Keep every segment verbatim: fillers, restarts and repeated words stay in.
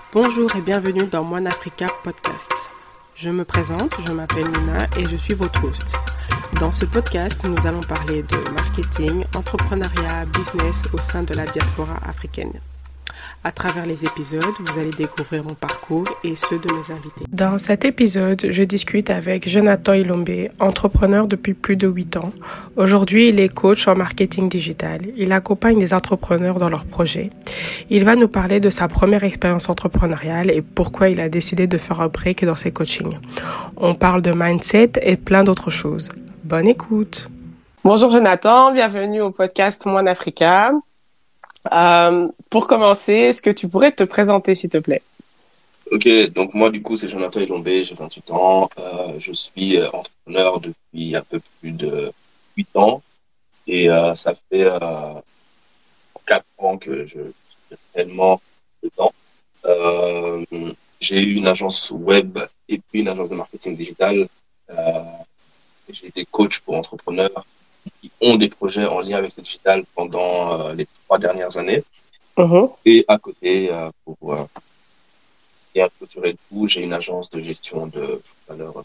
Bonjour et bienvenue dans One Africa Podcast. Je me présente, je m'appelle Nina et je suis votre host. Dans ce podcast, nous allons parler de marketing, entrepreneuriat, business au sein de la diaspora africaine. À travers les épisodes, vous allez découvrir mon parcours et ceux de mes invités. Dans cet épisode, je discute avec Jonathan Ilombe, entrepreneur depuis plus de huit ans. Aujourd'hui, il est coach en marketing digital. Il accompagne des entrepreneurs dans leurs projets. Il va nous parler de sa première expérience entrepreneuriale et pourquoi il a décidé de faire un break dans ses coachings. On parle de mindset et plein d'autres choses. Bonne écoute. Bonjour Jonathan, bienvenue au podcast One Africa. Euh, pour commencer, est-ce que tu pourrais te présenter, s'il te plaît? Ok, donc moi, du coup, c'est Jonathan Ilombe, j'ai vingt-huit ans. Euh, je suis euh, entrepreneur depuis un peu plus de huit ans. Et euh, ça fait euh, quatre ans que je suis réellement dedans. Euh, j'ai eu une agence web et puis une agence de marketing digital. Euh, j'ai été coach pour entrepreneurs qui ont des projets en lien avec le digital pendant euh, les trois dernières années. Uh-huh. Et à côté, euh, pour euh, bien clôturer le tout, j'ai une agence de gestion de valeur.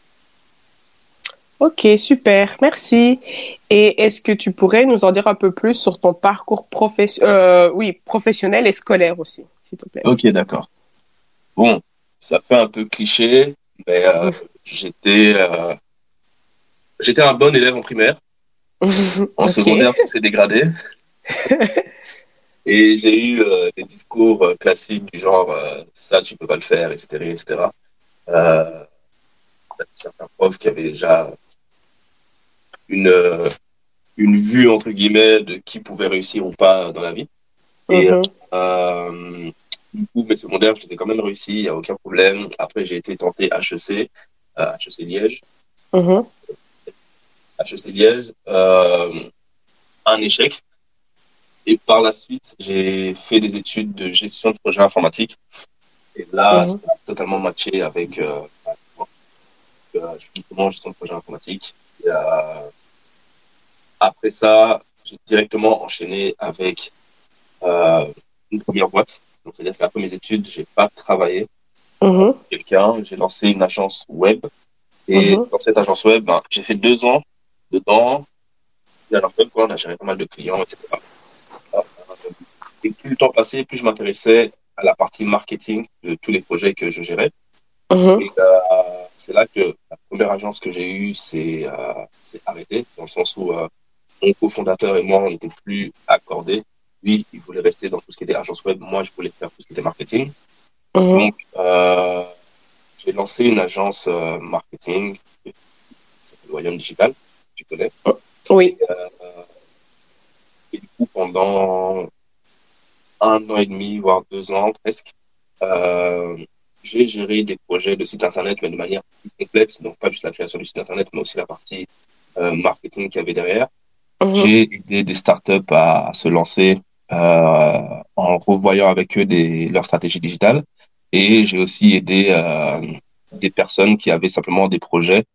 Ok, super, merci. Et est-ce que tu pourrais nous en dire un peu plus sur ton parcours professe- euh, oui, professionnel et scolaire aussi, s'il te plaît? Ok, d'accord. Bon, ça fait un peu cliché, mais euh, j'étais euh, j'étais un bon élève en primaire. En Ok. secondaire, tout s'est dégradé. Et j'ai eu euh, des discours euh, classiques du genre euh, ça, tu peux pas le faire, et cetera, et cetera. Euh, certains profs qui avaient déjà une euh, une vue entre guillemets de qui pouvait réussir ou pas dans la vie. Et Mhm. euh, du coup, mes secondaires, je les ai quand même réussi, il n'y a aucun problème. Après, j'ai été tenté H E C, euh, H E C Liège. Mhm. H E C Liège, euh, un échec. Et par la suite, j'ai fait des études de gestion de projet informatique. Et là, ça Mhm. a totalement matché avec euh, euh, je suis en gestion de projet informatique. Et, euh, après ça, j'ai directement enchaîné avec euh, une première boîte. Donc, c'est-à-dire qu'après mes études, j'ai pas travaillé pour Mhm. quelqu'un. J'ai lancé une agence web. Et Mhm. dans cette agence web, ben, j'ai fait deux ans dedans. L'agence web, quoi, on a géré pas mal de clients, et cetera. Euh, Et plus le temps passait, plus je m'intéressais à la partie marketing de tous les projets que je gérais. Mhm. Et euh, c'est là que la première agence que j'ai eue s'est euh, s'est arrêtée, dans le sens où euh, mon cofondateur et moi, on n'était plus accordés. Lui, il voulait rester dans tout ce qui était agence web. Moi, je voulais faire tout ce qui était marketing. Mhm. Donc, euh, j'ai lancé une agence euh, marketing qui s'appelle Royaume Digital, tu connais. Oui. Euh, et du coup, pendant un an et demi, voire deux ans presque, euh, j'ai géré des projets de site internet, mais de manière plus complète. Donc, pas juste la création du site internet, mais aussi la partie euh, marketing qu'il y avait derrière. Mhm. J'ai aidé des startups à, à se lancer euh, en revoyant avec eux des, leur stratégie digitale. Et j'ai aussi aidé euh, des personnes qui avaient simplement des projets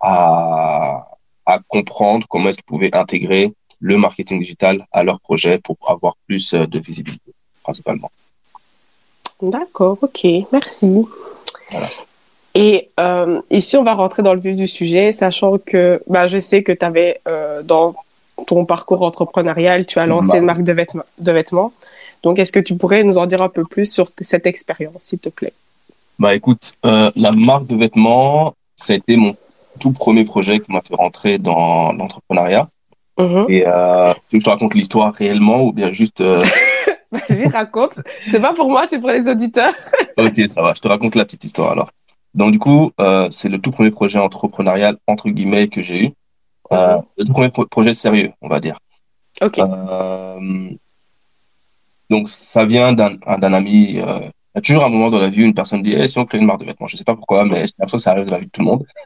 à, à comprendre comment est-ce qu'ils pouvaient intégrer le marketing digital à leur projet pour avoir plus euh, de visibilité, principalement. D'accord, ok, merci. Voilà. Et euh, ici, on va rentrer dans le vif du sujet, sachant que bah, je sais que tu avais euh, dans ton parcours entrepreneurial, tu as lancé une Bah, marque de vêtements. De vêtements. Donc, est-ce que tu pourrais nous en dire un peu plus sur cette expérience, s'il te plaît? bah écoute, euh, la marque de vêtements, ça a été mon tout premier projet qui m'a fait rentrer dans l'entrepreneuriat. Mhm. Et euh, tu veux que je te raconte l'histoire réellement ou bien juste... euh, Vas-y, raconte. C'est pas pour moi, c'est pour les auditeurs. Ok, ça va, je te raconte la petite histoire alors. Donc du coup, euh, c'est le tout premier projet entrepreneurial, entre guillemets, que j'ai eu. Euh, Mhm. le tout premier pro- projet sérieux, on va dire. Ok. Euh, donc ça vient d'un d'un ami. Euh, il y a toujours un moment dans la vie où une personne dit, Eh, si on crée une marque de vêtements, je sais pas pourquoi, mais j'ai l'impression que ça arrive dans la vie de tout le monde.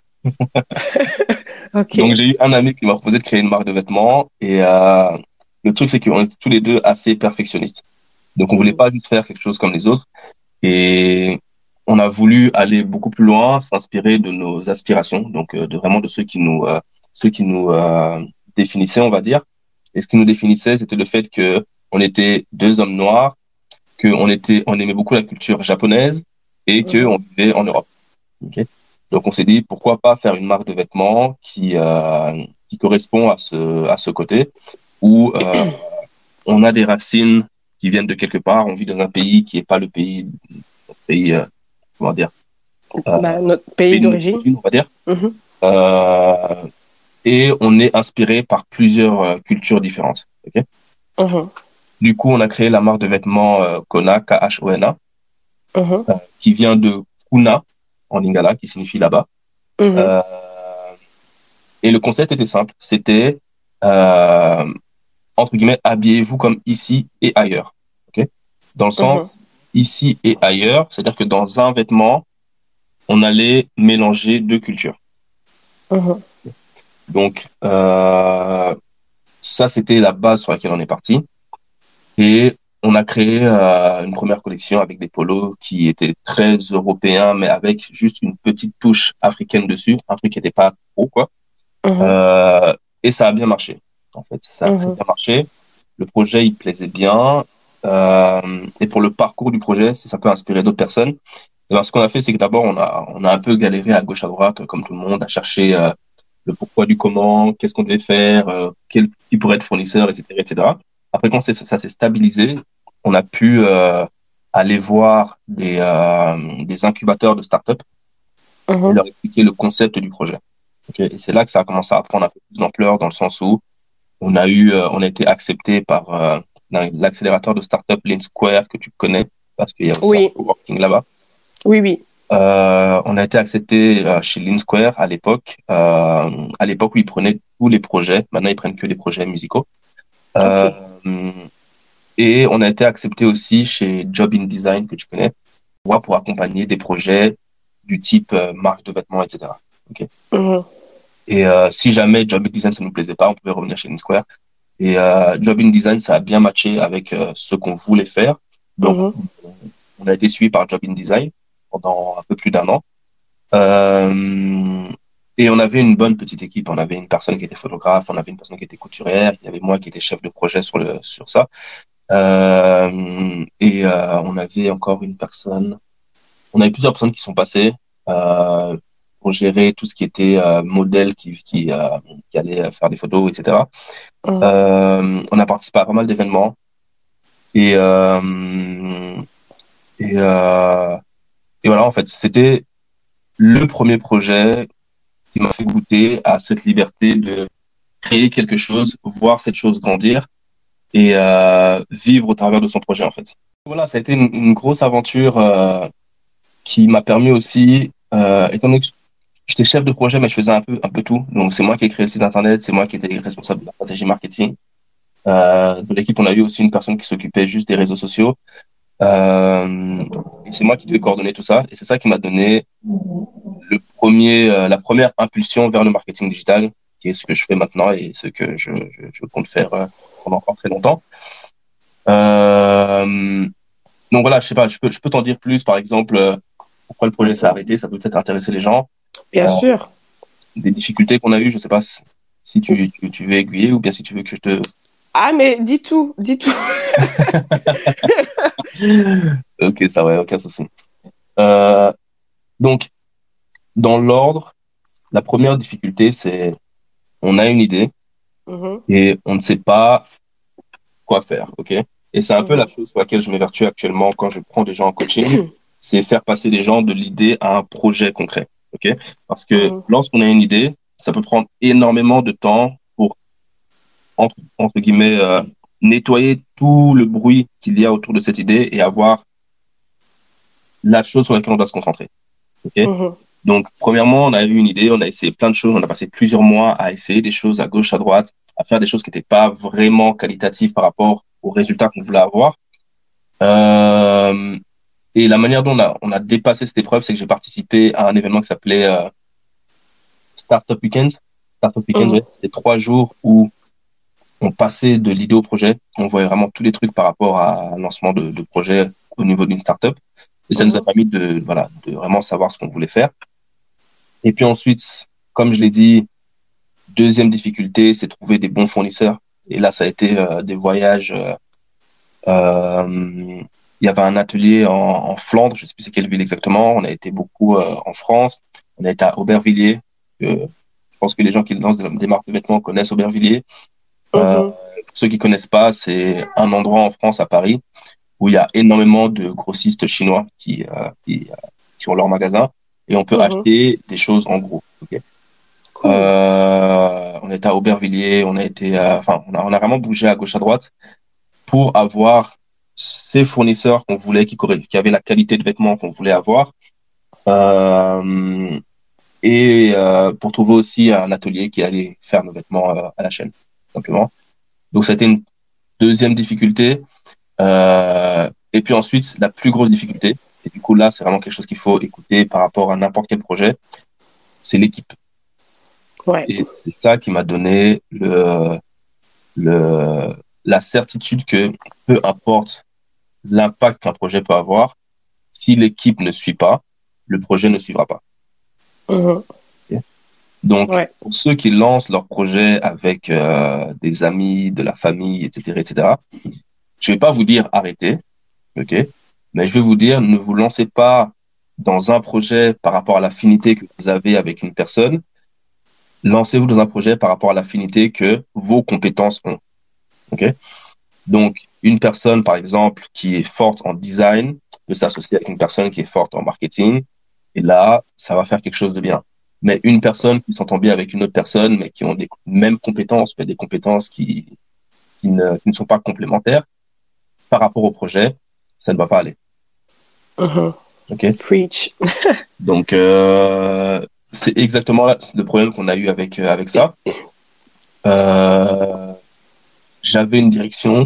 Donc Ok. j'ai eu un ami qui m'a proposé de créer une marque de vêtements et euh, le truc c'est qu'on était tous les deux assez perfectionnistes. Donc on voulait Mhm. pas juste faire quelque chose comme les autres. Et on a voulu aller beaucoup plus loin, s'inspirer de nos aspirations, donc euh, de vraiment de ceux qui nous, euh, ceux qui nous euh, définissaient, on va dire. Et ce qui nous définissait, c'était le fait que on était deux hommes noirs qu'on était, on aimait beaucoup la culture japonaise et Mhm. qu'on vivait en Europe. Ok. Donc on s'est dit pourquoi pas faire une marque de vêtements qui euh, qui correspond à ce à ce côté où euh, on a des racines qui viennent de quelque part. On vit dans un pays qui est pas le pays notre pays euh, comment dire euh, Bah, notre pays pays de notre d'origine. origine, on va dire. Mhm. Euh, et on est inspiré par plusieurs euh, cultures différentes. Ok. Mhm. Du coup, on a créé la marque de vêtements euh, Kona, K H O N A, Mhm. euh, qui vient de Kuna en Lingala, qui signifie là-bas. Mhm. Euh, et le concept était simple, c'était euh, entre guillemets habillez-vous comme ici et ailleurs. Ok. Dans le Mhm. sens ici et ailleurs, c'est-à-dire que dans un vêtement, on allait mélanger deux cultures. Mhm. Donc euh, ça, c'était la base sur laquelle on est parti. Et on a créé euh, une première collection avec des polos qui étaient très européens, mais avec juste une petite touche africaine dessus, un truc qui n'était pas trop, quoi. Mhm. Euh, et ça a bien marché. En fait, ça a très Mhm. bien marché. Le projet, il plaisait bien. Euh, et pour le parcours du projet, si ça peut inspirer d'autres personnes, eh ben, ce qu'on a fait, c'est que d'abord, on a, on a un peu galéré à gauche, à droite, comme tout le monde, à chercher euh, le pourquoi du comment, qu'est-ce qu'on devait faire, euh, quel qui pourrait être fournisseur, et cetera, et cetera. Après, quand c'est- ça s'est stabilisé, on a pu euh, aller voir des, euh, des incubateurs de start-up et Mhm. leur expliquer le concept du projet. Ok. Et c'est là que ça a commencé à prendre un peu plus d'ampleur dans le sens où on a eu, euh, on a été accepté par euh, l'accélérateur de start-up Lean Square que tu connais parce qu'il y a aussi un Oui, coworking là-bas. oui, oui. Euh, on a été accepté euh, chez Lean Square à l'époque, euh, à l'époque où ils prenaient tous les projets. Maintenant, ils prennent que les projets musicaux. Ok. Euh, et on a été accepté aussi chez Job in Design que tu connais, pour, pour accompagner des projets du type euh, marque de vêtements, et cetera. Ok. Mhm. Et euh, si jamais Job in Design ça nous plaisait pas, on pouvait revenir chez Lean Square. Et euh, Job in Design ça a bien matché avec euh, ce qu'on voulait faire. Donc Mhm. on a été suivi par Job in Design pendant un peu plus d'un an. Euh, et on avait une bonne petite équipe. On avait une personne qui était photographe, on avait une personne qui était couturière, il y avait moi qui étais chef de projet sur le sur ça. Euh, et euh, on avait encore une personne. On avait plusieurs personnes qui sont passées euh, pour gérer tout ce qui était euh, modèle qui qui, euh, qui allait faire des photos, et cetera. Mhm. Euh, on a participé à pas mal d'événements et euh, et, euh, et voilà en fait c'était le premier projet qui m'a fait goûter à cette liberté de créer quelque chose, voir cette chose grandir et euh, vivre au travers de son projet en fait. Voilà, ça a été une, une grosse aventure euh, qui m'a permis aussi, euh, étant donné que j'étais chef de projet, mais je faisais un peu un peu tout. Donc c'est moi qui ai créé le site internet, c'est moi qui étais responsable de la stratégie marketing. Euh, de l'équipe, on a eu aussi une personne qui s'occupait juste des réseaux sociaux. Euh, et c'est moi qui devais coordonner tout ça. Et c'est ça qui m'a donné le premier, euh, la première impulsion vers le marketing digital, qui est ce que je fais maintenant et ce que je, je, je compte faire euh, pendant encore très longtemps. Euh, donc voilà, je sais pas, je peux, je peux t'en dire plus, par exemple, euh, pourquoi le projet s'est arrêté, ça peut peut-être intéresser les gens. Bien Euh, sûr. des difficultés qu'on a eues, je sais pas si, si tu, tu, tu veux aiguiller ou bien si tu veux que je te... Ah, mais dis tout, dis tout. Ok, ça va, aucun souci. Euh, donc, dans l'ordre, la première difficulté, c'est on a une idée Mhm. et on ne sait pas quoi faire, ok? Et c'est un peu la Mhm. chose sur laquelle je m'évertue actuellement quand je prends des gens en coaching, c'est faire passer les gens de l'idée à un projet concret, ok? Parce que Mhm. lorsqu'on a une idée, ça peut prendre énormément de temps pour, entre, entre guillemets, euh, nettoyer tout le bruit qu'il y a autour de cette idée et avoir la chose sur laquelle on doit se concentrer, ok? Mhm. Donc, premièrement, on a eu une idée, on a essayé plein de choses, on a passé plusieurs mois à essayer des choses à gauche, à droite, à faire des choses qui n'étaient pas vraiment qualitatives par rapport aux résultats qu'on voulait avoir. Euh, et la manière dont on a, on a dépassé cette épreuve, c'est que j'ai participé à un événement qui s'appelait euh, Startup Weekends. Startup Weekends, Mhm. ouais, c'était trois jours où on passait de l'idée au projet. On voyait vraiment tous les trucs par rapport à un lancement de, de projet au niveau d'une startup. Et ça nous a Mhm. permis de, voilà, de vraiment savoir ce qu'on voulait faire. Et puis ensuite, comme je l'ai dit, deuxième difficulté, c'est trouver des bons fournisseurs. Et là, ça a été euh, des voyages euh, euh, il y avait un atelier en, en Flandre, je sais plus c'est quelle ville exactement. On a été beaucoup euh, en France. On a été à Aubervilliers. Euh, je pense que les gens qui lancent des, des marques de vêtements connaissent Aubervilliers. Euh, Mhm. pour ceux qui connaissent pas, c'est un endroit en France, à Paris, où il y a énormément de grossistes chinois qui, euh, qui, euh, qui ont leur magasin et on peut Mhm. acheter des choses en gros. Ok. Cool. Euh, on était à Aubervilliers, on a été, à- enfin, on a, on a vraiment bougé à gauche à droite pour avoir ces fournisseurs qu'on voulait, qui, corre- qui avaient la qualité de vêtements qu'on voulait avoir, euh, et euh, pour trouver aussi un atelier qui allait faire nos vêtements euh, à la chaîne, simplement. Donc, ça a été une deuxième difficulté. Euh, et puis ensuite, la plus grosse difficulté, et du coup là, c'est vraiment quelque chose qu'il faut écouter par rapport à n'importe quel projet, c'est l'équipe. Ouais. Et c'est ça qui m'a donné le, le, la certitude que peu importe l'impact qu'un projet peut avoir, si l'équipe ne suit pas, le projet ne suivra pas. Mhm. Ok. Donc, Ouais. pour ceux qui lancent leur projet avec euh, des amis, de la famille, et cetera, et cetera, je vais pas vous dire arrêtez, ok? Mais je vais vous dire, ne vous lancez pas dans un projet par rapport à l'affinité que vous avez avec une personne. Lancez-vous dans un projet par rapport à l'affinité que vos compétences ont, ok? Donc, une personne, par exemple, qui est forte en design peut s'associer avec une personne qui est forte en marketing. Et là, ça va faire quelque chose de bien. Mais une personne qui s'entend bien avec une autre personne, mais qui ont des mêmes compétences, mais des compétences qui, qui ne, qui ne sont pas complémentaires par rapport au projet, ça ne va pas aller. Mhm. OK? Preach. Donc, euh, c'est exactement là, le problème qu'on a eu avec, euh, avec ça. Euh, j'avais une direction.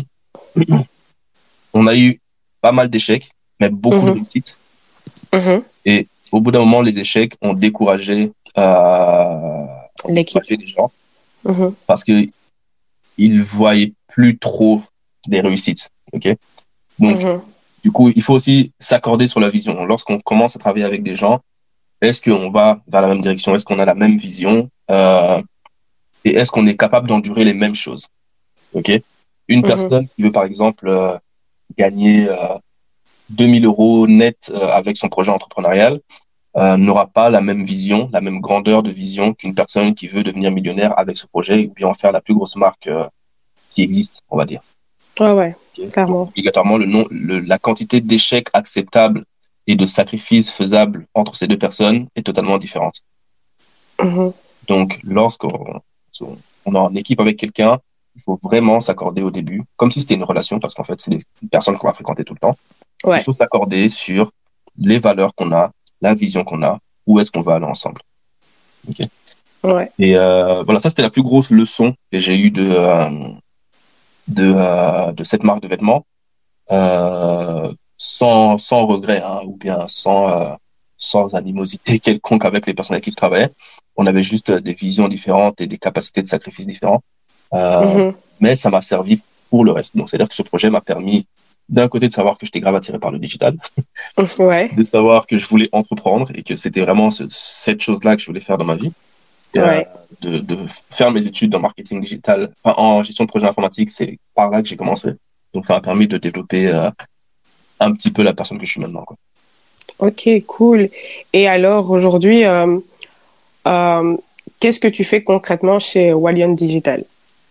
On a eu pas mal d'échecs, mais beaucoup de Mhm. réussites. Mhm. Et au bout d'un moment, les échecs ont découragé, euh, ont L'équipe. découragé les gens Mhm. parce que ils voyaient plus trop des réussites. OK? Donc, Mhm. du coup, il faut aussi s'accorder sur la vision. Lorsqu'on commence à travailler avec des gens, est-ce qu'on va vers la même direction? Est-ce qu'on a la même vision? Euh, et est-ce qu'on est capable d'endurer les mêmes choses? OK? Une Mhm. personne qui veut, par exemple, euh, gagner euh, deux mille euros net euh, avec son projet entrepreneurial, euh, n'aura pas la même vision, la même grandeur de vision qu'une personne qui veut devenir millionnaire avec ce projet ou bien en faire la plus grosse marque euh, qui existe, on va dire. Ouais, ouais, Ok. Donc, clairement. obligatoirement, le nom, le, la quantité d'échecs acceptables et de sacrifices faisables entre ces deux personnes est totalement différente. Mhm. Donc, lorsqu'on on est en équipe avec quelqu'un, il faut vraiment s'accorder au début, comme si c'était une relation, parce qu'en fait, c'est des personnes qu'on va fréquenter tout le temps. Il Ouais. faut s'accorder sur les valeurs qu'on a, la vision qu'on a, où est-ce qu'on va aller ensemble. Ok. Ouais. Et euh, voilà, ça c'était la plus grosse leçon que j'ai eue de euh, de euh, de cette marque de vêtements, euh, sans sans regret, hein, ou bien sans euh, sans animosité quelconque avec les personnes avec qui je travaillais. On avait juste des visions différentes et des capacités de sacrifice différentes. Euh, Mhm. mais ça m'a servi pour le reste. Donc c'est-à-dire que ce projet m'a permis d'un côté de savoir que j'étais grave attiré par le digital, Ouais. de savoir que je voulais entreprendre et que c'était vraiment ce- cette chose-là que je voulais faire dans ma vie. euh, Ouais. de, de faire mes études en marketing digital, enfin, en gestion de projet informatique, c'est par là que j'ai commencé. Donc, ça m'a permis de développer euh, un petit peu la personne que je suis maintenant, quoi. Ok, cool. Et alors, aujourd'hui, euh, euh, qu'est-ce que tu fais concrètement chez Walion Digital?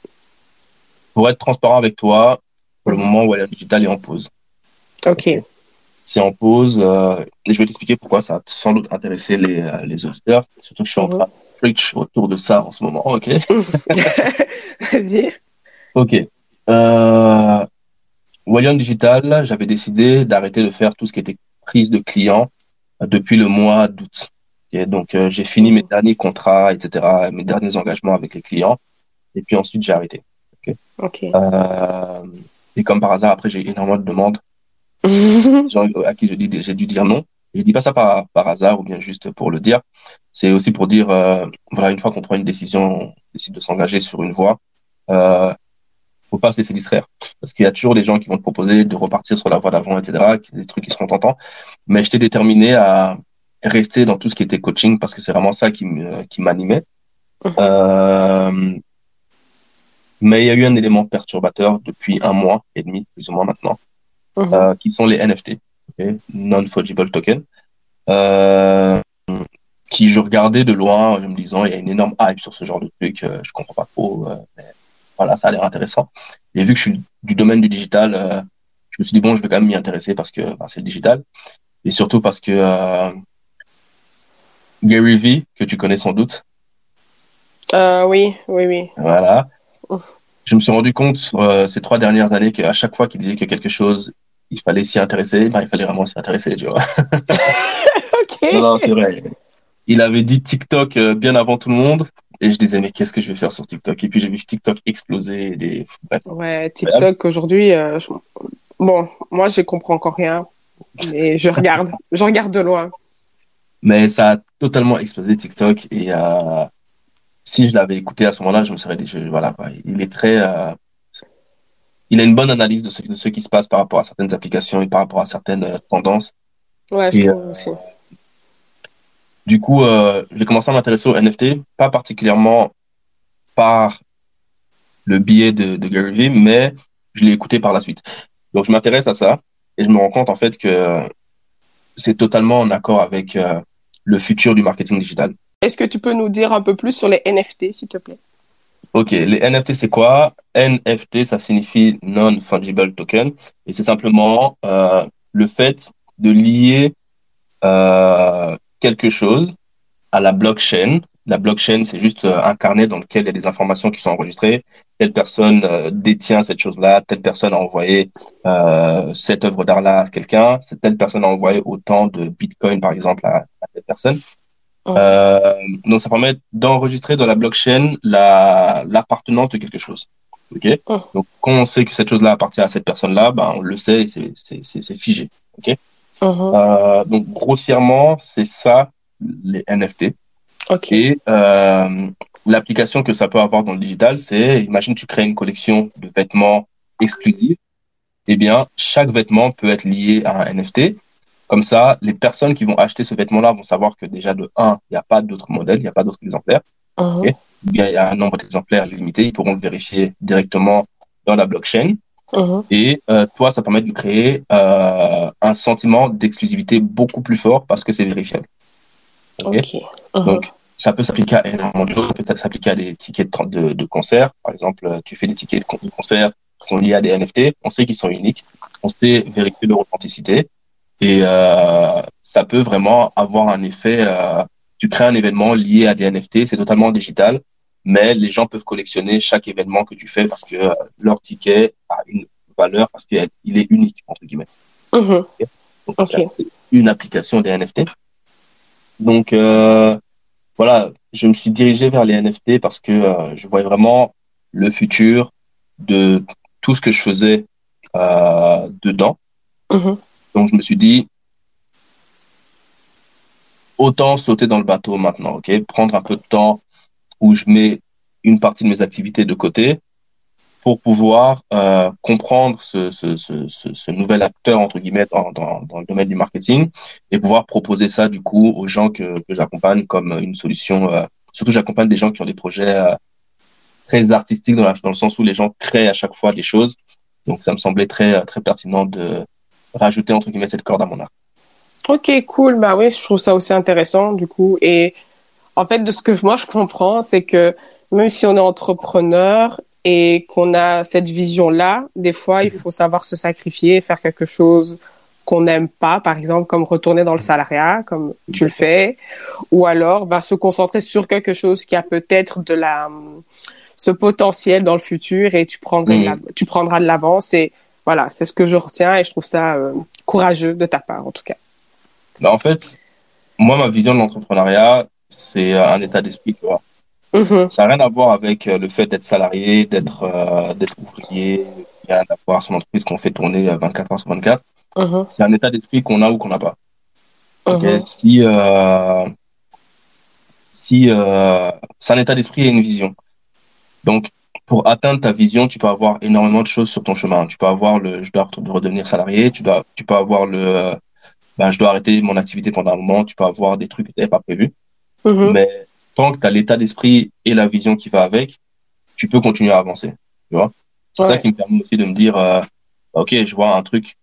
Pour être transparent avec toi, pour le Mhm. moment, Wallet Digital est en pause. Ok. Ok. C'est en pause euh, et je vais t'expliquer pourquoi ça va sans doute intéresser les, euh, les auditeurs. Surtout que je suis en Mhm. train de preach autour de ça en ce moment. Ok. Vas-y. Ok. Euh, Walion Digital, j'avais décidé d'arrêter de faire tout ce qui était prise de clients euh, depuis le mois d'août. Et donc, euh, j'ai fini mes Mhm. derniers contrats, et cetera, mes derniers engagements avec les clients. Et puis ensuite, j'ai arrêté. Ok. Ok. Euh, et comme par hasard, après, j'ai eu énormément de demandes. Des gens à qui je dis, j'ai dû dire non. Et je dis pas ça par, par hasard ou bien juste pour le dire. C'est aussi pour dire, euh, voilà, une fois qu'on prend une décision, on décide de s'engager sur une voie, euh, faut pas se laisser distraire. Parce qu'il y a toujours des gens qui vont te proposer de repartir sur la voie d'avant, et cetera, qui- des trucs qui seront tentants. Mais j'étais déterminé à rester dans tout ce qui était coaching parce que c'est vraiment ça qui me, qui m'animait. Mhm. Euh, mais il y a eu un élément perturbateur depuis un mois et demi, plus ou moins maintenant. Mhm. euh, qui sont les N F T, okay? Non-fungible token, euh, qui je regardais de loin, je me disant, il y a une énorme hype sur ce genre de truc, euh, je comprends pas trop, euh, mais voilà, ça a l'air intéressant. Et vu que je suis du domaine du digital, euh, je me suis dit, bon, je vais quand même m'y intéresser parce que ben, c'est le digital. Et surtout parce que euh, Gary Vee, que tu connais sans doute, Euh, oui, oui, oui. voilà, Ouf. je me suis rendu compte euh, ces trois dernières années qu'à chaque fois qu'il disait que quelque chose, il fallait s'y intéresser, ben, il fallait vraiment s'y intéresser, tu vois. Non, non, c'est Ok. vrai. Il avait dit TikTok euh, bien avant tout le monde. Et je disais, mais qu'est-ce que je vais faire sur TikTok? Et puis j'ai vu TikTok exploser. Et des... Bref, Ouais, incroyable. TikTok aujourd'hui, euh, je- bon, moi je comprends encore rien, mais je regarde, je regarde de loin. Mais ça a totalement explosé TikTok. Et euh, si je l'avais écouté à ce moment-là, je me serais dit, je- voilà, quoi. Il est très, euh, il a une bonne analyse de ce, de ce qui se passe par rapport à certaines applications et par rapport à certaines euh, tendances. Ouais, je Et euh, trouve aussi. du coup, euh, j'ai commencé à m'intéresser aux N F T, pas particulièrement par le biais de, de Gary Vee, mais je l'ai écouté par la suite. Donc, je m'intéresse à ça et je me rends compte en fait que c'est totalement en accord avec euh, le futur du marketing digital. Est-ce que tu peux nous dire un peu plus sur les N F T, s'il te plaît? Ok, les N F T, c'est quoi? N F T, ça signifie Non-Fungible Token et c'est simplement euh, le fait de lier euh, quelque chose à la blockchain. La blockchain, c'est juste euh, un carnet dans lequel il y a des informations qui sont enregistrées. Telle personne euh, détient cette chose-là, telle personne a envoyé euh, cette œuvre d'art-là à quelqu'un, cette telle personne a envoyé autant de Bitcoin, par exemple, à, à telle personne. Mhm. Euh, donc, ça permet d'enregistrer dans la blockchain la, l'appartenance de quelque chose. OK? Mhm. Donc, quand on sait que cette chose-là appartient à cette personne-là, ben, on le sait et c'est, c'est, c'est, c'est figé. OK? Mhm. Euh, donc, grossièrement, c'est ça, les N F T. Ok. Et euh, l'application que ça peut avoir dans le digital, c'est, imagine tu crées une collection de vêtements exclusifs, eh bien, chaque vêtement peut être lié à un N F T. Comme ça, les personnes qui vont acheter ce vêtement-là vont savoir que déjà de un, il n'y a pas d'autres modèles, il n'y a pas d'autres exemplaires. Mhm. Ok. Ou bien il y a un nombre d'exemplaires limité, ils pourront le vérifier directement dans la blockchain. Mhm. Et euh, toi, ça permet de créer euh, un sentiment d'exclusivité beaucoup plus fort parce que c'est vérifiable. Ok. Ok. Mhm. Donc, ça peut s'appliquer à énormément de choses. Ça peut s'appliquer à des tickets de, de, de concert. Par exemple, euh, tu fais des tickets de, con- de concert qui sont liés à des N F T. On sait qu'ils sont uniques. On sait vérifier leur authenticité. Et euh, ça peut vraiment avoir un effet. Euh, tu crées un événement lié à des N F T. C'est totalement digital. Mais les gens peuvent collectionner chaque événement que tu fais parce que euh, leur ticket a une valeur parce qu'il est unique, entre guillemets. Mhm. Ok. Donc, Ok. ça, c'est une application des N F T. Donc, euh, voilà, je me suis dirigé vers les N F T parce que euh, je voyais vraiment le futur de tout ce que je faisais euh, dedans. Mhm. Donc je me suis dit, autant sauter dans le bateau maintenant, ok? Prendre un peu de temps où je mets une partie de mes activités de côté pour pouvoir euh, comprendre ce, ce, ce, ce, ce nouvel acteur, entre guillemets, dans, dans, dans le domaine du marketing et pouvoir proposer ça, du coup, aux gens que, que j'accompagne comme une solution. Euh, surtout, j'accompagne des gens qui ont des projets euh, très artistique dans, la, dans le sens où les gens créent à chaque fois des choses. Donc, ça me semblait très, très pertinent de rajouter, entre guillemets, cette corde à mon arc. Ok, cool. Bah oui, je trouve ça aussi intéressant, du coup. Et en fait, de ce que moi je comprends, c'est que même si on est entrepreneur et qu'on a cette vision-là, des fois, il faut savoir se sacrifier, faire quelque chose qu'on n'aime pas, par exemple, comme retourner dans le salariat, comme tu le Exactement. fais, ou alors bah, se concentrer sur quelque chose qui a peut-être de la ce potentiel dans le futur et tu prendrais de la, Mhm. tu prendras de l'avance et voilà, c'est ce que je retiens et je trouve ça euh, courageux de ta part en tout cas. Bah, en fait, moi, ma vision de l'entrepreneuriat, c'est euh, un état d'esprit, tu vois. Mhm, Ça n'a rien à voir avec euh, le fait d'être salarié, d'être euh, d'être ouvrier, bien d'avoir son entreprise qu'on fait tourner euh, vingt-quatre heures sur vingt-quatre. mhm, C'est un état d'esprit qu'on a ou qu'on n'a pas. Ok. mhm. Si euh, si euh, c'est un état d'esprit et une vision. Donc, pour atteindre ta vision, tu peux avoir énormément de choses sur ton chemin. Tu peux avoir le, je dois re- redevenir salarié. Tu dois, tu peux avoir le, euh, ben, je dois arrêter mon activité pendant un moment. Tu peux avoir des trucs que tu n'avais pas prévus. Mhm. Mais tant que tu as l'état d'esprit et la vision qui va avec, tu peux continuer à avancer. Tu vois? C'est ça Ouais. qui me permet aussi de me dire, euh, OK, je vois un truc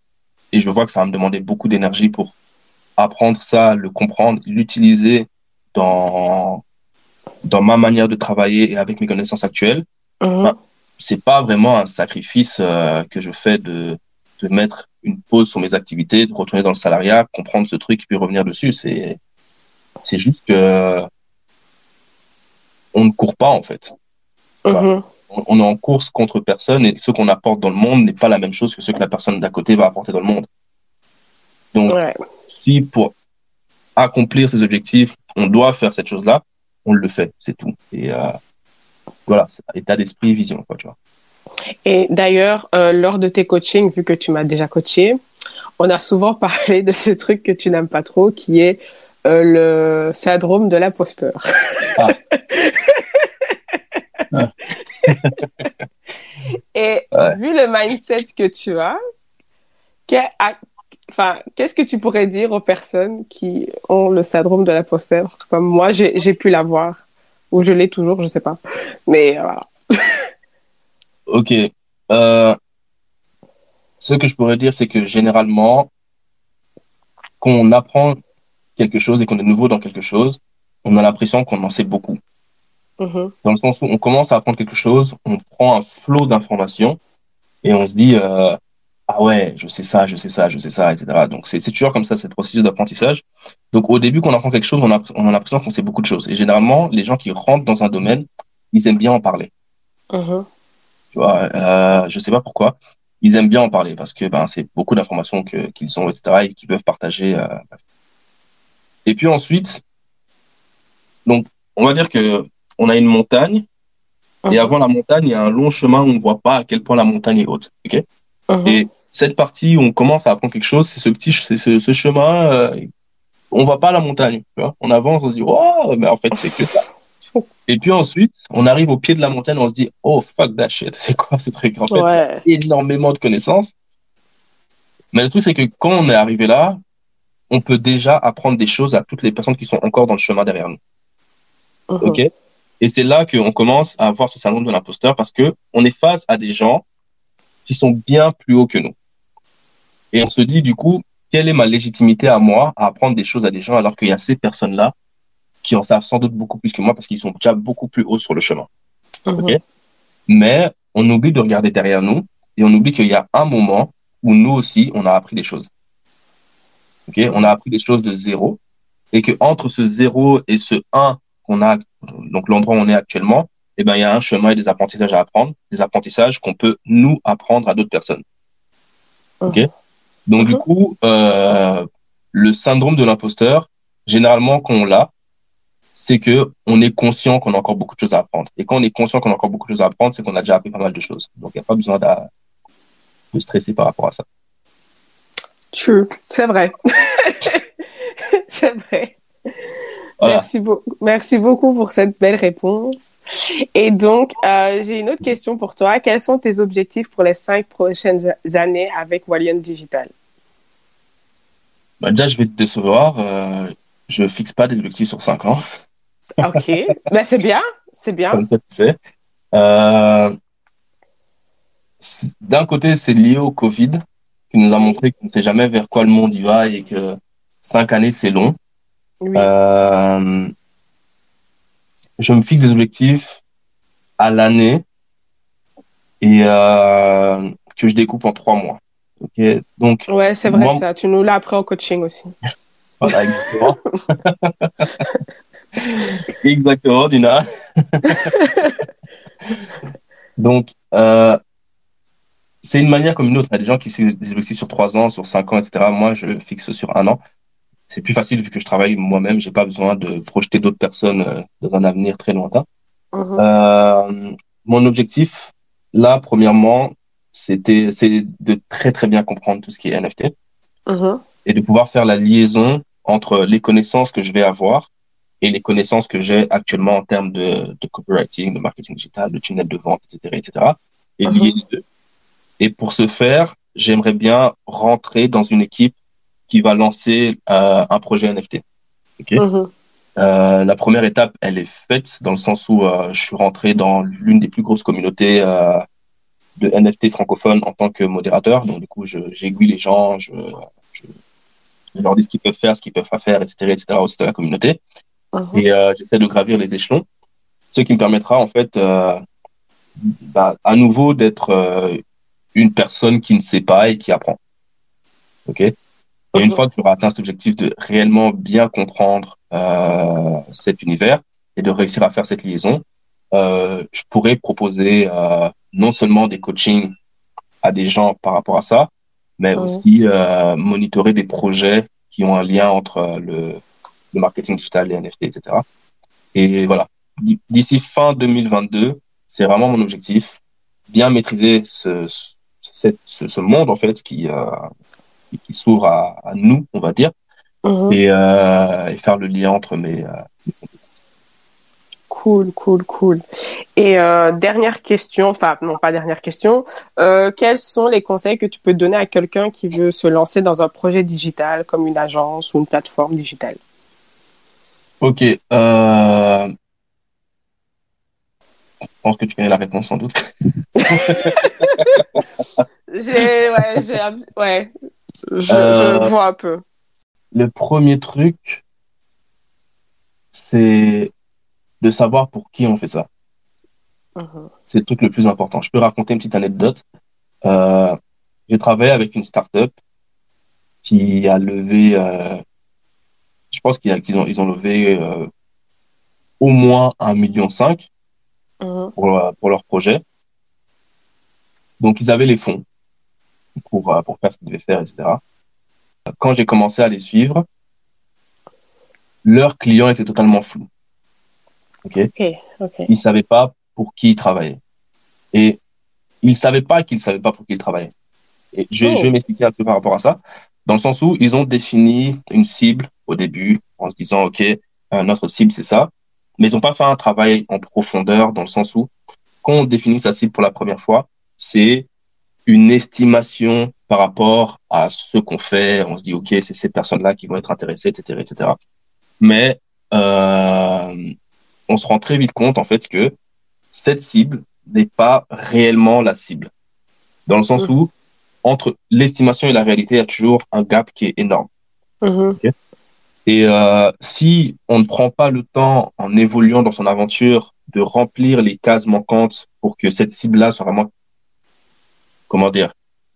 et je vois que ça va me demander beaucoup d'énergie pour apprendre ça, le comprendre, l'utiliser dans, dans ma manière de travailler et avec mes connaissances actuelles, ben, Mhm. c'est pas vraiment un sacrifice euh, que je fais de, de mettre une pause sur mes activités, de retourner dans le salariat, comprendre ce truc et puis revenir dessus. C'est, c'est juste que on ne court pas, en fait. Tu vois. Mhm. On, on est en course contre personne et ce qu'on apporte dans le monde n'est pas la même chose que ce que la personne d'à côté va apporter dans le monde. Donc, Ouais. si pour accomplir ces objectifs, on doit faire cette chose-là, on le fait, c'est tout. Et euh, voilà, c'est état d'esprit, vision, quoi, tu vois. Et d'ailleurs, euh, lors de tes coachings, vu que tu m'as déjà coaché, on a souvent parlé de ce truc que tu n'aimes pas trop, qui est euh, le syndrome de l'imposteur. Ah, ah, Et ouais. vu le mindset que tu as, qu'est- à- enfin, qu'est-ce que tu pourrais dire aux personnes qui ont le syndrome de l'imposteur? Comme moi, j'ai, j'ai pu l'avoir. Ou je l'ai toujours, je sais pas. Mais euh, voilà. Ok. Euh, ce que je pourrais dire, c'est que généralement, quand on apprend quelque chose et qu'on est nouveau dans quelque chose, on a l'impression qu'on en sait beaucoup. Mhm, Dans le sens où on commence à apprendre quelque chose, on prend un flot d'informations et on se dit, euh, ah ouais, je sais ça, je sais ça, je sais ça, et cetera. Donc c'est c'est toujours comme ça, cette processus d'apprentissage. Donc au début, quand on apprend quelque chose, on a, on a l'impression qu'on sait beaucoup de choses. Et généralement, les gens qui rentrent dans un domaine, ils aiment bien en parler. mhm, Tu vois, euh, je sais pas pourquoi. Ils aiment bien en parler parce que ben c'est beaucoup d'informations que qu'ils ont, et cetera et qu'ils peuvent partager. euh. Et puis ensuite, donc on va dire que on a une montagne et mhm, avant la montagne, il y a un long chemin où on voit pas à quel point la montagne est haute. Ok? mhm. Et cette partie où on commence à apprendre quelque chose, c'est ce petit, c'est ce, ce chemin. Euh, on va pas à la montagne. Tu vois? On avance, on se dit, oh, mais en fait c'est que ça. Et puis ensuite, on arrive au pied de la montagne, on se dit, oh fuck that shit, c'est quoi ce truc? En fait, il y a Ouais. énormément de connaissances. Mais le truc, c'est que quand on est arrivé là, on peut déjà apprendre des choses à toutes les personnes qui sont encore dans le chemin derrière nous. OK? Mhm, Et c'est là qu'on commence à avoir ce syndrome de l'imposteur parce que on est face à des gens qui sont bien plus hauts que nous. Et on se dit, du coup, quelle est ma légitimité à moi à apprendre des choses à des gens alors qu'il y a ces personnes-là qui en savent sans doute beaucoup plus que moi parce qu'ils sont déjà beaucoup plus hauts sur le chemin. OK? mhm, Mais on oublie de regarder derrière nous et on oublie qu'il y a un moment où nous aussi, on a appris des choses. OK? On a mhm, appris des choses de zéro et que entre ce zéro et ce un qu'on a, donc l'endroit où on est actuellement, eh ben, il y a un chemin et des apprentissages à apprendre, des apprentissages qu'on peut nous apprendre à d'autres personnes. OK? mhm, Donc, du mhm. coup, euh, le syndrome de l'imposteur, généralement, quand on l'a, c'est que on est conscient qu'on a encore beaucoup de choses à apprendre. Et quand on est conscient qu'on a encore beaucoup de choses à apprendre, c'est qu'on a déjà appris pas mal de choses. Donc, il n'y a pas besoin de, de stresser par rapport à ça. True. C'est vrai. C'est vrai. Voilà. Merci, beau- Merci beaucoup pour cette belle réponse. Et donc, euh, j'ai une autre question pour toi. Quels sont tes objectifs pour les cinq prochaines années avec Walian Digital? Bah, déjà, je vais te décevoir. Euh, je fixe pas des objectifs sur cinq ans. OK. Ben, c'est bien. C'est bien. Comme ça, tu sais. Euh, c- d'un côté, c'est lié au Covid, qui nous a Oui. montré qu'on ne sait jamais vers quoi le monde y va et que cinq années, c'est long. Oui. Euh, je me fixe des objectifs à l'année et euh, que je découpe en trois mois. Ok, donc Ouais, c'est vrai moi, ça. Tu nous l'as appris en coaching aussi. voilà, exactement, exactement, Dina. Donc, euh, c'est une manière comme une autre. Il y a des gens qui fixent des objectifs sur trois ans, sur cinq ans, et cetera. Moi, je fixe sur un an. C'est plus facile vu que je travaille moi-même. J'ai pas besoin de projeter d'autres personnes euh, dans un avenir très lointain. Mhm, Euh, mon objectif, là, premièrement, c'était, c'est de très très bien comprendre tout ce qui est N F T mhm, et de pouvoir faire la liaison entre les connaissances que je vais avoir et les connaissances que j'ai actuellement en termes de, de copywriting, de marketing digital, de tunnel de vente, et cetera, et cetera, et mhm, lier les deux. Et pour ce faire, j'aimerais bien rentrer dans une équipe qui va lancer euh, un projet N F T. Ok. mhm, Euh, la première étape, elle est faite dans le sens où euh, je suis rentré dans l'une des plus grosses communautés euh, de N F T francophones en tant que modérateur. Donc, du coup, je, j'aiguille les gens, je, je, je leur dis ce qu'ils peuvent faire, ce qu'ils peuvent pas faire, et cetera, et cetera, au sein de la communauté. Mhm. Et euh, j'essaie de gravir les échelons, ce qui me permettra, en fait, euh, bah, à nouveau d'être euh, une personne qui ne sait pas et qui apprend. OK? Et une Mhm. fois que j'aurai atteint cet objectif de réellement bien comprendre euh, cet univers et de réussir à faire cette liaison, euh, je pourrais proposer euh, non seulement des coachings à des gens par rapport à ça, mais Mhm. aussi euh, monitorer des projets qui ont un lien entre euh, le, le marketing digital, les N F T, et cetera. Et voilà, D- d'ici fin deux mille vingt-deux, c'est vraiment mon objectif, bien maîtriser ce, ce, cette- ce, ce monde en fait qui, euh, qui, qui s'ouvre à, à nous, on va dire, Mhm. et, euh, et faire le lien entre mes... euh, Cool, cool, cool. Et euh, dernière question, enfin non pas dernière question, euh, quels sont les conseils que tu peux donner à quelqu'un qui veut se lancer dans un projet digital comme une agence ou une plateforme digitale? Ok, euh, je pense que tu connais la réponse sans doute. J'ai, ouais, j'ai, ouais, je, je Euh, vois un peu. le premier truc, c'est de savoir pour qui on fait ça. Mhm. C'est le truc le plus important. Je peux raconter une petite anecdote. Euh, j'ai travaillé avec une startup qui a levé, euh, je pense qu'ils a- qu'ils ont, ils ont levé euh, au moins un million cinq Mhm. pour, euh, pour leur projet. Donc, ils avaient les fonds pour, euh, pour faire ce qu'ils devaient faire, et cetera. Quand j'ai commencé à les suivre, leurs clients étaient totalement flous. OK? Ok, ok. Ils savaient pas pour qui ils travaillaient. Et ils savaient pas qu'ils savaient pas pour qui ils travaillaient. Et je vais, je vais Oh. m'expliquer un peu par rapport à ça, dans le sens où ils ont défini une cible au début en se disant, OK, euh, notre cible, c'est ça. Mais ils n'ont pas fait un travail en profondeur dans le sens où, quand on définit sa cible pour la première fois, c'est une estimation par rapport à ce qu'on fait. On se dit, OK, c'est ces personnes-là qui vont être intéressées, et cetera, et cetera. Mais euh, on se rend très vite compte, en fait, que cette cible n'est pas réellement la cible. Dans le sens Mhm. où, entre l'estimation et la réalité, il y a toujours un gap qui est énorme. Mhm. Ok. Et euh, si on ne prend pas le temps, en évoluant dans son aventure, de remplir les cases manquantes pour que cette cible-là soit vraiment, comment dire,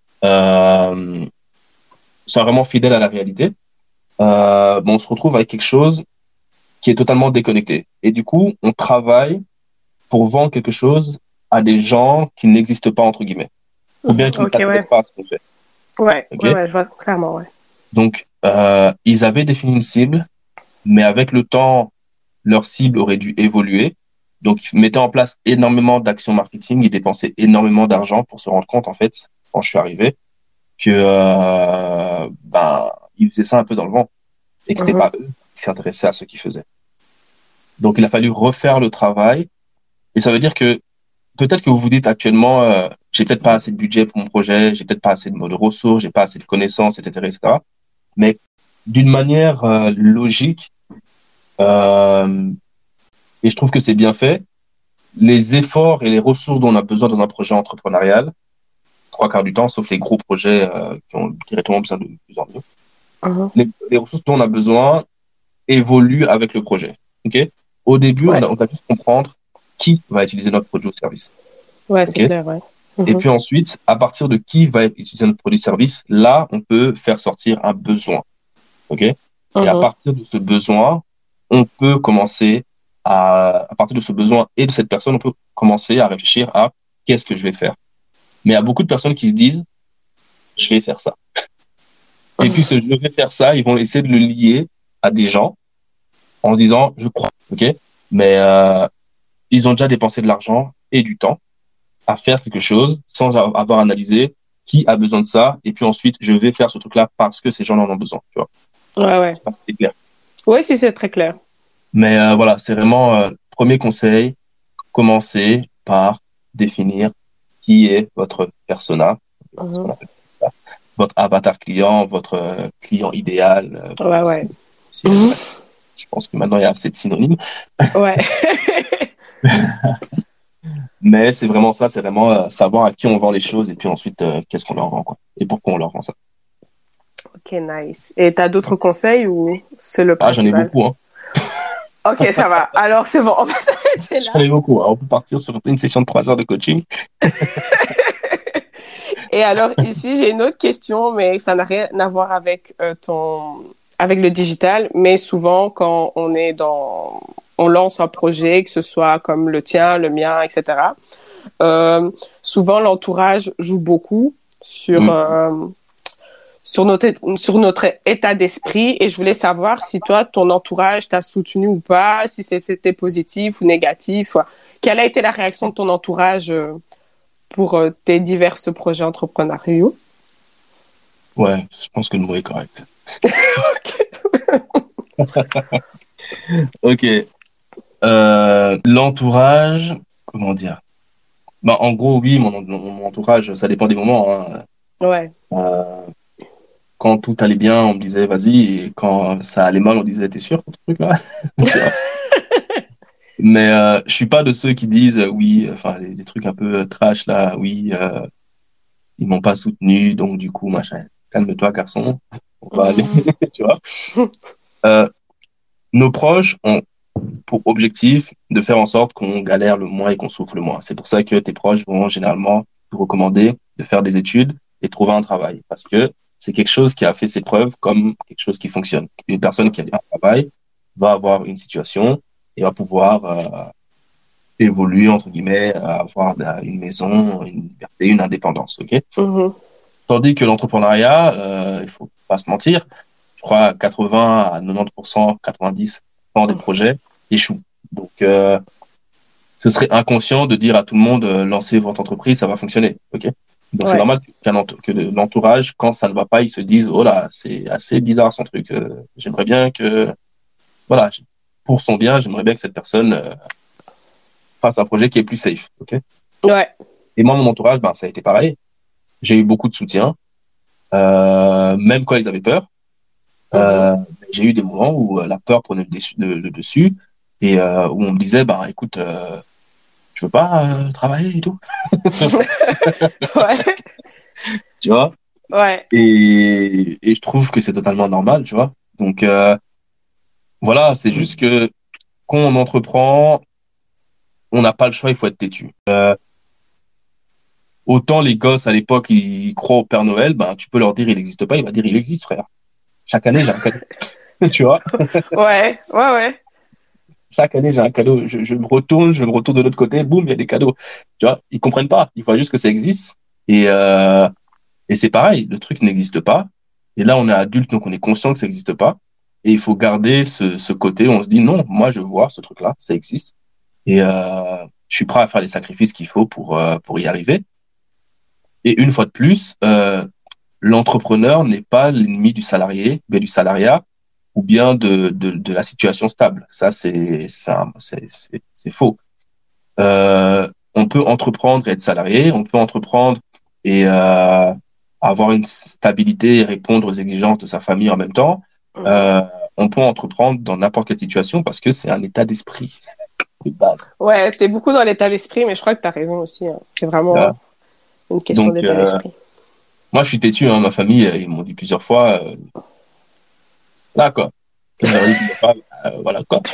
euh, soit vraiment fidèle à la réalité, euh, bon, on se retrouve avec quelque chose qui est totalement déconnecté. Et du coup, on travaille pour vendre quelque chose à des gens qui n'existent pas, entre guillemets, ou Mhm. bien qui ne Ok, s'intéressent ouais. pas à ce qu'on fait. Ouais, Ok. ouais, ouais, je vois clairement, ouais. Donc, euh, ils avaient défini une cible, mais avec le temps, leur cible aurait dû évoluer. Donc, ils mettaient en place énormément d'actions marketing, ils dépensaient énormément d'argent pour se rendre compte, en fait, quand je suis arrivé, que euh, ben, ils faisaient ça un peu dans le vent et que c'était Mhm. pas eux qui s'intéressaient à ce qu'ils faisaient. Donc, il a fallu refaire le travail. Et ça veut dire que peut-être que vous vous dites actuellement, euh, j'ai peut-être pas assez de budget pour mon projet, j'ai peut-être pas assez de, de ressources, j'ai pas assez de connaissances, et cetera, et cetera. Mais d'une manière euh, logique, euh, et je trouve que c'est bien fait, les efforts et les ressources dont on a besoin dans un projet entrepreneurial, trois quarts du temps, sauf les gros projets euh, qui ont directement besoin de plus en mieux, Mhm. les, les ressources dont on a besoin évoluent avec le projet. Ok. Au début, on Ouais, a, on a juste comprendre qui va utiliser notre produit ou service. ouais, Ok. c'est clair, ouais. Et Mhm. puis ensuite, à partir de qui va utiliser notre produit ou service, là, on peut faire sortir un besoin. Ok. Et à Mhm. partir de ce besoin, on peut commencer à, à partir de ce besoin et de cette personne, on peut commencer à réfléchir à qu'est-ce que je vais faire. Mais il y a beaucoup de personnes qui se disent, je vais faire ça. Et puis ce je vais faire ça, ils vont essayer de le lier à des gens en se disant, je crois, ok. Mais euh, ils ont déjà dépensé de l'argent et du temps à faire quelque chose sans avoir analysé qui a besoin de ça. Et puis ensuite, je vais faire ce truc-là parce que ces gens en ont besoin. Tu vois. Ouais, Je ouais. sais pas si c'est clair. Oui, si, c'est très clair. Mais euh, voilà, c'est vraiment euh, premier conseil, commencez par définir qui est votre persona, ce qu'on Mhm. appelle ça, votre avatar client, votre euh, client idéal. euh, Ouais, si, ouais. si, euh, bref, je pense que maintenant il y a assez de synonymes. Ouais. Mais c'est vraiment ça, c'est vraiment euh, savoir à qui on vend les choses et puis ensuite, euh, qu'est-ce qu'on leur vend, quoi. Et pourquoi on leur vend ça. Ok, nice. Et t'as d'autres conseils ou c'est le Ah, j'en ai principal? beaucoup, hein. Ok, ça va. Alors, c'est bon, on va s'arrêter J'en là. ai beaucoup, hein. On peut partir sur une session de trois heures de coaching. Et alors, ici, j'ai une autre question, mais ça n'a rien à voir avec euh, ton, avec le digital. Mais souvent, quand on est dans, on lance un projet, que ce soit comme le tien, le mien, et cetera. Euh, souvent, l'entourage joue beaucoup sur, Mm. euh, sur notre, sur notre état d'esprit. Et je voulais savoir si toi, ton entourage t'a soutenu ou pas, si c'était positif ou négatif. Quelle a été la réaction de ton entourage euh, pour euh, tes divers projets entrepreneuriaux? Ouais, je pense que le mot est correct. Ok. Euh, l'entourage, comment dire? Bah, en gros, oui, mon, mon entourage, ça dépend des moments, hein. Ouais. Euh, quand tout allait bien, on me disait vas-y, et quand ça allait mal, on disait t'es sûr pour ce truc-là? Tu vois. Mais euh, je suis pas de ceux qui disent euh, oui, enfin des, des trucs un peu euh, trash là, oui, euh, ils m'ont pas soutenu, donc du coup machin. Calme-toi, garçon, on va aller, Mhm. tu vois. Euh, nos proches ont pour objectif de faire en sorte qu'on galère le moins et qu'on souffre le moins. C'est pour ça que tes proches vont généralement te recommander de faire des études et trouver un travail, parce que c'est quelque chose qui a fait ses preuves comme quelque chose qui fonctionne. Une personne qui a un travail va avoir une situation et va pouvoir euh, évoluer, entre guillemets, à avoir une maison, une liberté, une indépendance, ok? Mhm. Tandis que l'entrepreneuriat, euh, il faut pas se mentir, je crois à quatre-vingts à quatre-vingt-dix pour cent, quatre-vingt-dix pour cent des projets échouent. Donc, euh, ce serait inconscient de dire à tout le monde, euh, lancez votre entreprise, ça va fonctionner, ok? Donc, c'est Ouais. normal qu'un ent- que l'entourage, quand ça ne va pas, ils se disent, oh là, c'est assez bizarre son truc. Euh, j'aimerais bien que, voilà, pour son bien, j'aimerais bien que cette personne euh, fasse un projet qui est plus safe, ok? Ouais. Et moi, mon entourage, ben, ça a été pareil. J'ai eu beaucoup de soutien, euh, même quand ils avaient peur. Mhm. Euh, j'ai eu des moments où euh, la peur prenait le, dessus, le, le dessus et euh, où on me disait, bah, écoute, euh, je veux pas euh, travailler et tout, Ouais. tu vois. Ouais. Et, et je trouve que c'est totalement normal, tu vois. Donc euh, voilà, c'est juste que quand on entreprend, on n'a pas le choix, il faut être têtu. Euh, autant les gosses à l'époque, ils croient au Père Noël, ben tu peux leur dire il n'existe pas, il va dire il existe, frère. Chaque année, j'ai un cadeau, tu vois. Ouais. Ouais. Ouais. Chaque année, j'ai un cadeau. Je, je me retourne, je me retourne de l'autre côté, boum, il y a des cadeaux. Tu vois, ils comprennent pas. Il faut juste que ça existe. Et, euh, et c'est pareil, le truc n'existe pas. Et là, on est adulte, donc on est conscient que ça n'existe pas. Et il faut garder ce, ce côté où on se dit, non, moi, je vois ce truc-là, ça existe. Et euh, je suis prêt à faire les sacrifices qu'il faut pour, euh, pour y arriver. Et une fois de plus, euh, l'entrepreneur n'est pas l'ennemi du salarié, mais du salariat ou bien de, de, de la situation stable. Ça, c'est ça, c'est c'est c'est faux. Euh, on peut entreprendre et être salarié, on peut entreprendre et euh, avoir une stabilité et répondre aux exigences de sa famille en même temps. Mhm. Euh, on peut entreprendre dans n'importe quelle situation parce que c'est un état d'esprit de base. Ouais, t'es beaucoup dans l'état d'esprit, mais je crois que t'as raison aussi, hein. C'est Euh, vraiment une question donc, d'état euh, d'esprit. moi, je suis têtu, hein, ma famille, euh, ils m'ont dit plusieurs fois, euh, là, quoi. Quand je leur ai dit plusieurs fois, euh, voilà, quoi.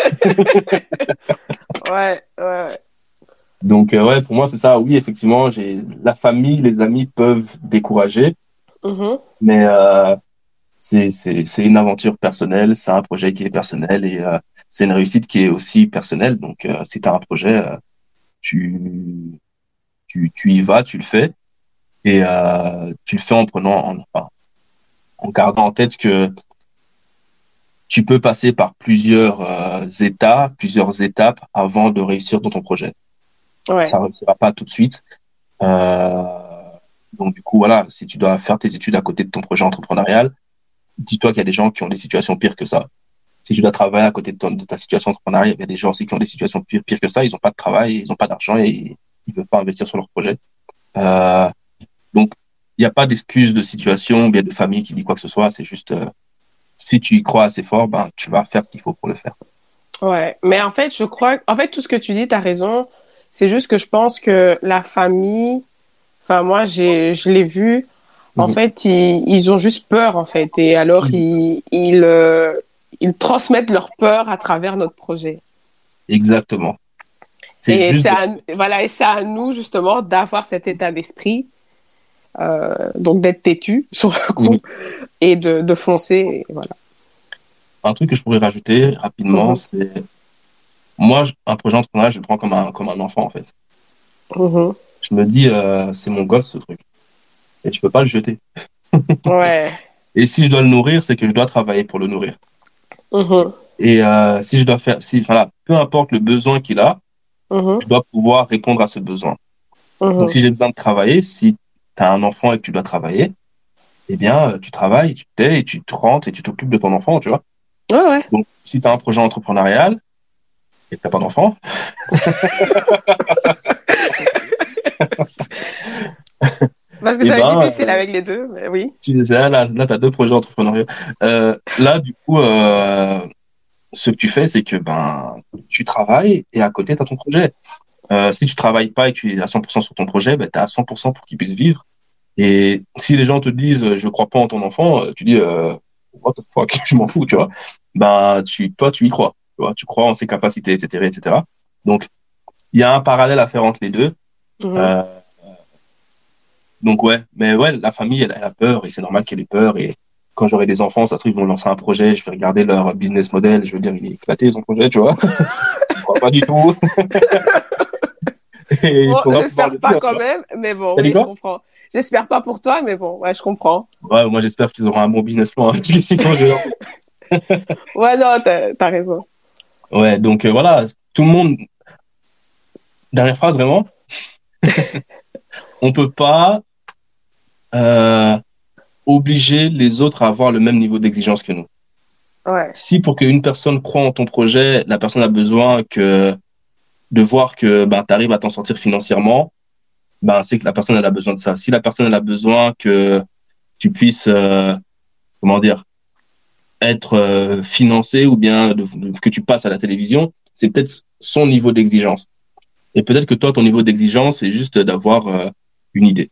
Ouais, ouais, ouais. Donc, euh, ouais, pour moi, c'est ça. Oui, effectivement, j'ai la famille, les amis peuvent décourager, Mhm. mais euh, c'est c'est c'est une aventure personnelle, c'est un projet qui est personnel et euh, c'est une réussite qui est aussi personnelle. Donc, euh, si tu as un projet, euh, tu tu tu y vas, tu le fais et euh, tu le fais en prenant en enfin, en gardant en tête que tu peux passer par plusieurs euh, états, plusieurs étapes avant de réussir dans ton projet. Ouais. Ça ne réussira pas tout de suite. Euh, donc du coup, voilà, si tu dois faire tes études à côté de ton projet entrepreneurial, dis-toi qu'il y a des gens qui ont des situations pires que ça. Si tu dois travailler à côté de, ton, de ta situation entrepreneuriale, il y a des gens aussi qui ont des situations pires, pires que ça. Ils n'ont pas de travail, ils n'ont pas d'argent et ils ne veulent pas investir sur leur projet. Euh, donc, il n'y a pas d'excuse de situation ou bien de famille qui dit quoi que ce soit. C'est juste, euh, si tu y crois assez fort, ben, tu vas faire ce qu'il faut pour le faire. Ouais. Mais en fait, je crois, en fait, tout ce que tu dis, t'as raison. C'est juste que je pense que la famille, enfin moi j'ai, je l'ai vu, en Mhm. fait ils, ils ont juste peur en fait et alors Mhm. ils ils euh, ils transmettent leur peur à travers notre projet. Exactement. C'est Et juste c'est de... à, voilà et c'est à nous justement d'avoir cet état d'esprit, euh, donc d'être têtu sur le Mhm. coup et de de foncer. Et voilà. Un truc que je pourrais rajouter rapidement, Mhm, c'est moi, je- un projet entrepreneurial, je le prends comme un, comme un enfant, en fait. mhm. Je me dis, euh, c'est mon gosse, ce truc. Et tu peux pas le jeter. Ouais. Et si je dois le nourrir, c'est que je dois travailler pour le nourrir. Mhm, Et euh, si je dois faire, si, voilà, peu importe le besoin qu'il a, mhm, je dois pouvoir répondre à ce besoin. Donc, mhm. si j'ai besoin de travailler, si tu as un enfant et que tu dois travailler, eh bien, euh, tu travailles, tu t'aides, et tu te rentres et tu t'occupes de ton enfant, tu vois. Ouais, ouais. Donc, si tu as un projet entrepreneurial et que tu n'as pas d'enfant, Parce que eh ça va être ben, difficile euh, avec les deux, mais oui. tu, là, là, là tu as deux projets entrepreneuriaux. Euh, là, du coup, euh, ce que tu fais, c'est que ben, tu travailles et à côté, tu as ton projet. Euh, si tu travailles pas et que tu es à cent pour cent sur ton projet, ben, tu es à cent pour cent pour qu'il puisse vivre. Et si les gens te disent, euh, je crois pas en ton enfant, euh, tu dis, euh, what the fuck, je m'en fous, tu vois. Ben, tu, toi, tu y crois, tu vois, tu crois en ses capacités, et cetera, et cetera. Donc, il y a un parallèle à faire entre les deux. Mhm. Euh, donc, ouais, mais ouais, la famille, elle, elle a peur et c'est normal qu'elle ait peur. Et quand j'aurai des enfants, ça se trouve, ils vont lancer un projet, je vais regarder leur business model, je veux dire, il est éclaté, son projet, tu vois. Je crois pas du tout. Et il Bon, faudra pouvoir j'espère le pas dire, tu quand vois. même, mais bon, T'as dit oui, je quoi? comprends. J'espère pas pour toi, mais bon, ouais, je comprends. Ouais, moi, j'espère qu'ils auront un bon business plan, hein, parce que sinon, je vais leur... Ouais, non, t'as, t'as raison. Ouais, donc euh, voilà, tout le monde, dernière phrase vraiment, on peut pas euh, obliger les autres à avoir le même niveau d'exigence que nous. Ouais. Si pour qu'une personne croit en ton projet, la personne a besoin que de voir que ben, tu arrives à t'en sortir financièrement, ben, c'est que la personne elle a besoin de ça. Si la personne elle a besoin que tu puisses, euh, comment dire, être euh, financé ou bien de, de- que tu passes à la télévision, c'est peut-être son niveau d'exigence. Et peut-être que toi, ton niveau d'exigence, c'est juste d'avoir euh, une idée,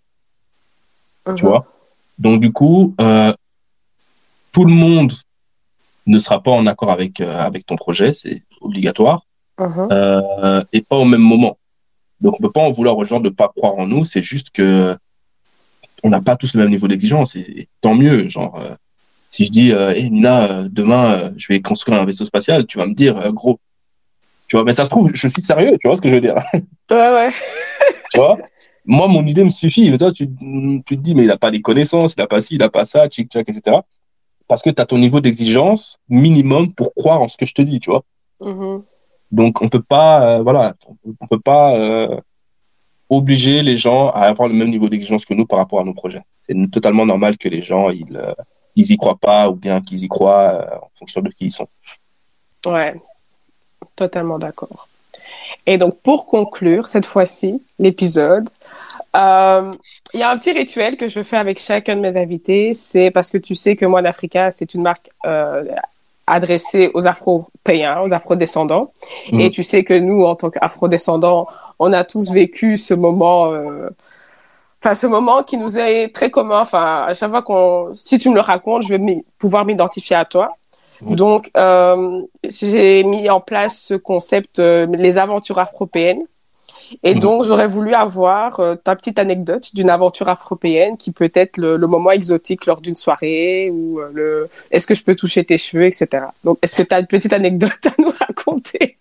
tu Mhm, vois. Donc du coup, euh, tout le monde ne sera pas en accord avec euh, avec ton projet, c'est obligatoire, mhm. euh, et pas au même moment. Donc on peut pas en vouloir aux gens de pas croire en nous, c'est juste que on n'a pas tous le même niveau d'exigence et, et tant mieux. Genre, euh, si je dis, euh, hey, Nina, euh, demain euh, je vais construire un vaisseau spatial, tu vas me dire, euh, gros, tu vois, mais ça se trouve, je suis sérieux, tu vois ce que je veux dire, Ouais, ouais. tu vois. Moi, mon idée me suffit, mais toi, tu, tu te dis, mais il n'a pas les connaissances, il n'a pas ci, il n'a pas ça, tchic, tchac, et cetera. Parce que tu as ton niveau d'exigence minimum pour croire en ce que je te dis, tu vois. Mhm. Donc, on peut pas, euh, voilà, on peut pas euh, obliger les gens à avoir le même niveau d'exigence que nous par rapport à nos projets. C'est totalement normal que les gens, ils, euh, ils y croient pas ou bien qu'ils y croient euh, en fonction de qui ils sont. Ouais, totalement d'accord. Et donc, pour conclure cette fois-ci, l'épisode, euh, il y a un petit rituel que je fais avec chacun de mes invités. C'est parce que tu sais que Moine Africa, c'est une marque euh, adressée aux Afro-Pays, aux Afro-descendants. Et Mhm. tu sais que nous, en tant qu'Afro-descendants, on a tous vécu ce moment, euh, enfin ce moment qui nous est très commun. Enfin, à chaque fois qu'on, si tu me le racontes, je vais m'y- pouvoir m'identifier à toi. Mhm. Donc, euh, j'ai mis en place ce concept, euh, les aventures afropéennes. Et Mhm. donc, j'aurais voulu avoir euh, ta petite anecdote d'une aventure afropéenne qui peut être le, le moment exotique lors d'une soirée ou euh, le est-ce que je peux toucher tes cheveux, et cetera. Donc, est-ce que tu as une petite anecdote à nous raconter?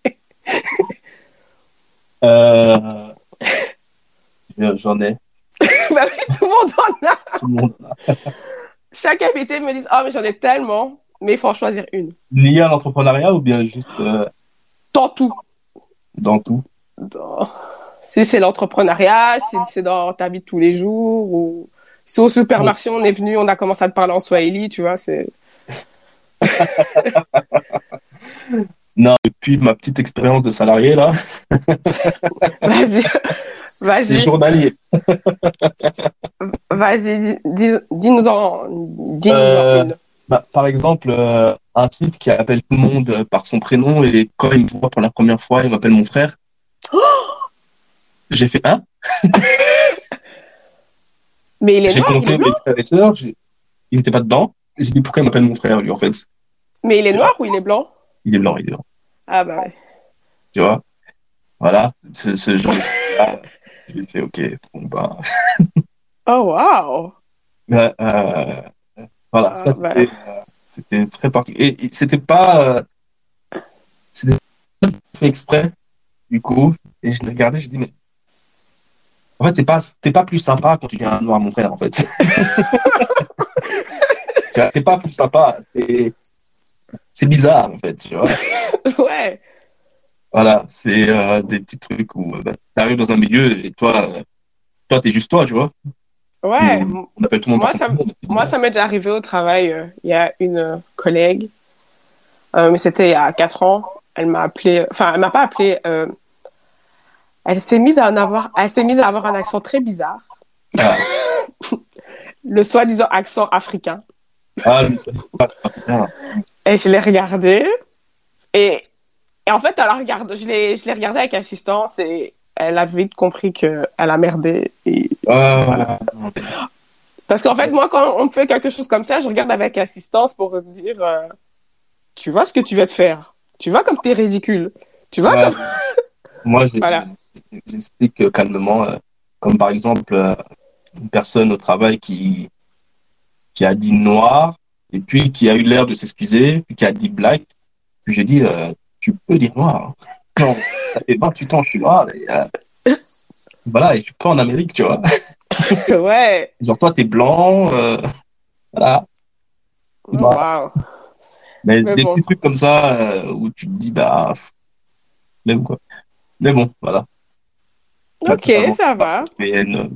Euh, j'en ai, Bah oui, tout le monde en a. tout le monde. Chaque invité me dit, oh, mais j'en ai tellement, mais il faut en choisir une. Lié à l'entrepreneuriat ou bien juste euh, Dans tout. dans tout? Dans- Si c'est l'entrepreneuriat, si c'est dans ta vie de tous les jours, ou si au supermarché on est venu, on a commencé à te parler en Swahili, tu vois, c'est... Non, depuis ma petite expérience de salarié, là, Vas-y, c'est vas-y, journalier. vas-y, dis, dis- dis-nous en, dis-nous en Euh, une. bah, par exemple, euh, un type qui appelle tout le monde euh, par son prénom et quand il me voit pour la première fois, il m'appelle mon frère. J'ai fait un. Mais il est J'ai noir, il compté est mes blanc? frères et sœurs. j'ai- Ils étaient pas dedans. J'ai dit pourquoi il m'appelle mon frère, lui, en fait. Mais il est noir ou il est blanc? Il est blanc, il est blanc. Ah bah ouais. Tu vois? Voilà. Ce, ce genre de truc-là. J'ai fait, OK. Bon, bah. Oh waouh! Euh, euh, voilà. Ça, Ah bah. c'était, euh, c'était très particulier. Et, et c'était pas, euh, c'était pas fait exprès, du coup. Et je l'ai regardé, j'ai dit, mais en fait, c'est pas, t'es pas plus sympa quand tu dis un noir à mon frère, en fait. Tu vois, t'es pas plus sympa. C'est, c'est bizarre, en fait, tu vois. Ouais. Voilà, c'est euh, des petits trucs où euh, bah, tu arrives dans un milieu et toi, euh, toi, t'es juste toi, tu vois. Ouais. Où M- on appelle tout le monde par Moi, son ça, m- nom. Et moi, voilà. ça m'est déjà arrivé au travail. euh, Il y a une euh, collègue, euh, mais c'était il y a quatre ans. Elle m'a appelé, enfin, elle m'a pas appelé. euh, elle s'est mise à en avoir, elle s'est mise à avoir un accent très bizarre, Ah, le soi-disant accent africain. ah, lui, ça, c'est pas africain. Et je l'ai regardé. Et, et en fait, elle a regardé, je l'ai, je l'ai regardé avec assistance et elle a vite compris que elle a merdé. Et voilà. Ah, Parce qu'en fait, moi, quand on me fait quelque chose comme ça, je regarde avec assistance pour me dire, euh, tu vois ce que tu vas te faire. Tu vois comme t'es ridicule. Tu vois ouais, comme... moi, j'ai- Voilà. j'explique euh, calmement, euh, comme par exemple, euh, une personne au travail qui, qui a dit noir et puis qui a eu l'air de s'excuser, puis qui a dit black. Puis j'ai dit, euh, tu peux dire noir, hein. Genre, ça fait vingt-huit ans que je suis noir. Et, euh, voilà, et je suis pas en Amérique, tu vois. Ouais. Genre, toi, t'es blanc, euh, voilà. Oh, Bah, wow. mais Mais des bon. petits trucs comme ça, euh, où tu te dis, bah, flemme, quoi. Mais bon, voilà. Pas Ok, totalement ça parce va. que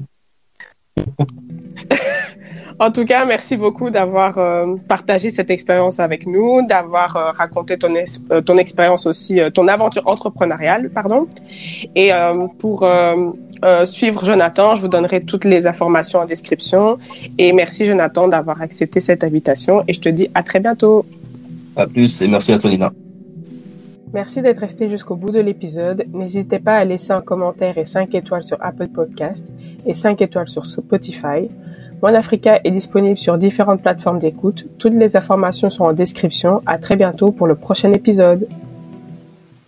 En tout cas, merci beaucoup d'avoir euh, partagé cette expérience avec nous, d'avoir euh, raconté ton, es- euh, ton expérience aussi, euh, ton aventure entrepreneuriale, pardon. Et euh, pour euh, euh, suivre Jonathan, je vous donnerai toutes les informations en description. Et merci Jonathan d'avoir accepté cette invitation. Et je te dis à très bientôt. à plus et merci à toi, Nina. Merci d'être resté jusqu'au bout de l'épisode. N'hésitez pas à laisser un commentaire et cinq étoiles sur Apple Podcast et cinq étoiles sur Spotify. One Africa est disponible sur différentes plateformes d'écoute. Toutes les informations sont en description. À très bientôt pour le prochain épisode.